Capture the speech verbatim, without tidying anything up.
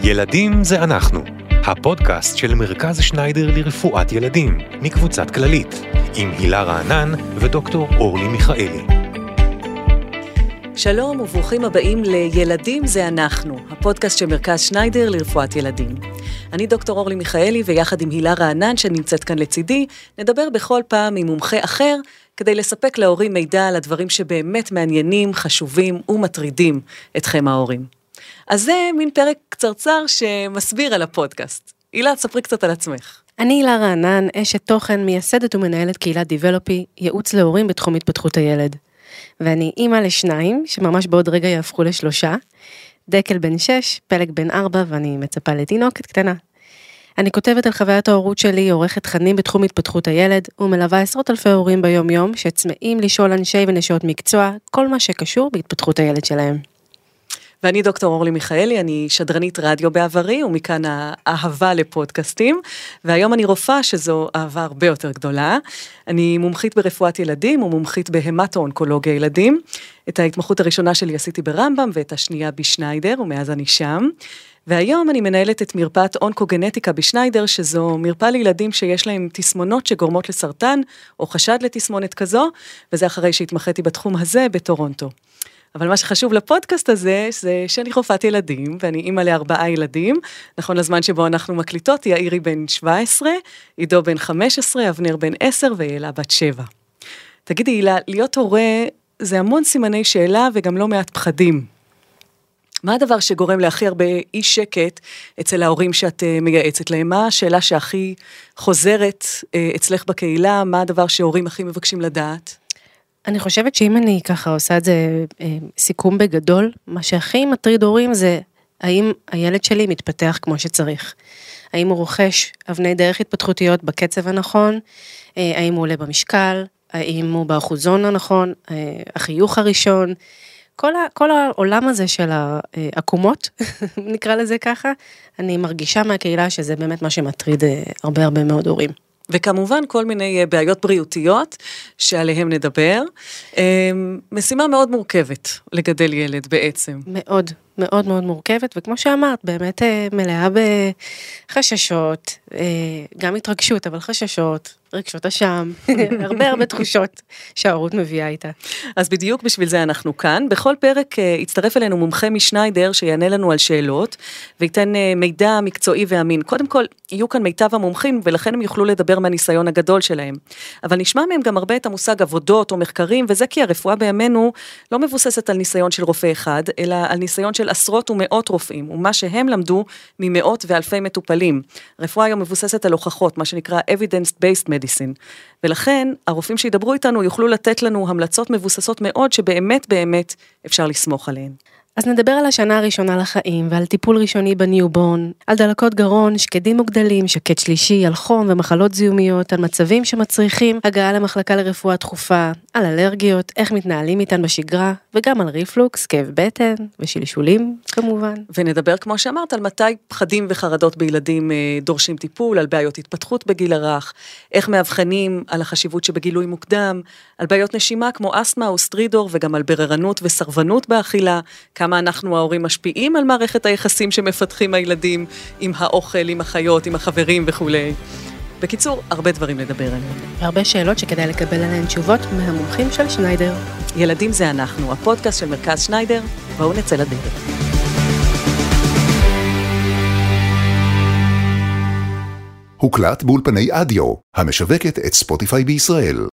ילדים זה אנחנו, הפודקאסט של מרכז שניידר לרפואת ילדים, מקבוצת כללית, עם הילה רענן ודוקטור אורלי מיכאלי. שלום וברוכים הבאים לילדים זה אנחנו, הפודקאסט של מרכז שניידר לרפואת ילדים. אני דוקטור אורלי מיכאלי ויחד עם הילה רענן שנמצאת כאן לצידי, נדבר בכל פעם עם מומחה אחר כדי לספק להורים מידע על הדברים שבאמת מעניינים, חשובים ומטרידים אתכם ההורים. אז זה מין פרק קצרצר שמסביר על הפודקאסט. הילה, תספרי קצת על עצמך. אני הילה רענן, אשת תוכן, מייסדת ומנהלת קהילת דיבלופי, ייעוץ להורים בתחום התפתחות הילד. ואני אימא לשניים, שממש בעוד רגע יהפכו לשלושה, דקל בן שש, פלג בן ארבע, ואני מצפה לתינוקת קטנה. אני כותבת על חוויית ההורות שלי, עורכת תכנים בתחום התפתחות הילד, ומלווה עשרות אלפי הורים ביום יום, שצמאים לשאול אנשי ונשות מקצוע, כל מה שקשור בהתפתחות הילד שלהם. ואני דוקטור אורלי מיכאלי, אני שדרנית רדיו בעברי, ומכאן האהבה לפודקאסטים, והיום אני רופאה שזו אהבה הרבה יותר גדולה. אני מומחית ברפואת ילדים, ומומחית בהמטו-אונקולוגיה ילדים. את ההתמחות הראשונה שלי עשיתי ברמב"ם, ואת השנייה בשניידר, ומאז אני שם. והיום אני מנהלת את מרפאת אונקוגנטיקה בשניידר, שזו מרפאה לילדים שיש להם תסמונות שגורמות לסרטן, או חשד לתסמונת כזו, וזה אחרי שהתמחיתי בתחום הזה בטורונטו. אבל מה שחשוב לפודקאסט הזה, זה שאני רופאת ילדים, ואני אימא לארבעה ילדים, נכון לזמן שבו אנחנו מקליטות, יאירי בן שבע עשרה, עידו בן חמש עשרה, אבנר בן עשר, ויאלה בת שבע. תגידי, הילה, להיות הורה, זה המון סימני שאלה, וגם לא מעט פחדים. מה הדבר שגורם להכי הרבה אי שקט, אצל ההורים שאת מייעצת להם? מה השאלה שהכי חוזרת אצלך בקהילה? מה הדבר שההורים הכי מבקשים לדעת? אני חושבת שאם אני ככה עושה את זה אה, סיכום בגדול, מה שהכי מטריד הורים זה האם הילד שלי מתפתח כמו שצריך. האם הוא רוכש אבני דרך התפתחותיות בקצב הנכון, אה, האם הוא עולה במשקל, האם הוא באחוזון הנכון, אה, החיוך הראשון, כל, ה, כל העולם הזה של העקומות, נקרא לזה ככה, אני מרגישה מהקהילה שזה באמת מה שמטריד אה, הרבה הרבה מאוד הורים. וכמובן כל מיני בעיות בריאותיות שעליהם נדבר. משימה מאוד מורכבת לגדל ילד בעצם. מאוד, מאוד מאוד מורכבת, וכמו שאמרת, באמת מלאה בחששות, גם התרגשות, אבל חששות, רגשות אשם, הרבה הרבה תחושות שההורות מביאה איתה. אז בדיוק בשביל זה אנחנו כאן. בכל פרק יצטרף אלינו מומחה משניידר שיענה לנו על שאלות, וייתן מידע מקצועי ואמין. קודם כל, יהיו כאן מיטב המומחים, ולכן הם יוכלו לדבר מהניסיון הגדול שלהם. אבל נשמע מהם גם הרבה את המושג עבודות או מחקרים, וזה כי הרפואה בימינו לא מבוססת על ניסיון של רופא אחד, אלא על ניסיון של עשרות ומאות רופאים, ומה שהם למדו ממאות ואלפי מטופלים. הרפואה היום מבוססת על הוכחות, מה שנקרא evidence-based medicine, ולכן הרופאים שידברו איתנו יוכלו לתת לנו המלצות מבוססות מאוד, שבאמת באמת אפשר לסמוך עליהן. אז נדבר על השנה הראשונה לחיים, ועל טיפול ראשוני בניובורן, על דלקות גרון, שקדים מוגדלים, שקט שלישי, על חום ומחלות זיהומיות, על מצבים שמצריכים הגעה למחלקה לרפואה דחופה, על אלרגיות, איך מתנהלים איתן בשגרה, וגם על ריפלוקס, כאב בטן ושלשולים כמובן. ונדבר כמו שאמרת על מתי פחדים וחרדות בילדים דורשים טיפול, על בעיות התפתחות בגיל הרך, איך מאבחנים, על החשיבות שבגילוי מוקדם, על בעיות נשימה כמו אסתמה או סטרידור, וגם על בררנות וסרבנות באכילה, כמה אנחנו ההורים משפיעים על מערכת היחסים שמפתחים הילדים עם האוכל, עם החיות, עם החברים וכו'. בקיצור, הרבה דברים לדבר עליהם. הרבה שאלות שכדאי לקבל עליהן תשובות מהמומחים של שניידר. ילדים זה אנחנו, הפודקאסט של מרכז שניידר, בואו נצא לדרך. הוקלט באולפני אדיו, המשווקת את ספוטיפיי בישראל.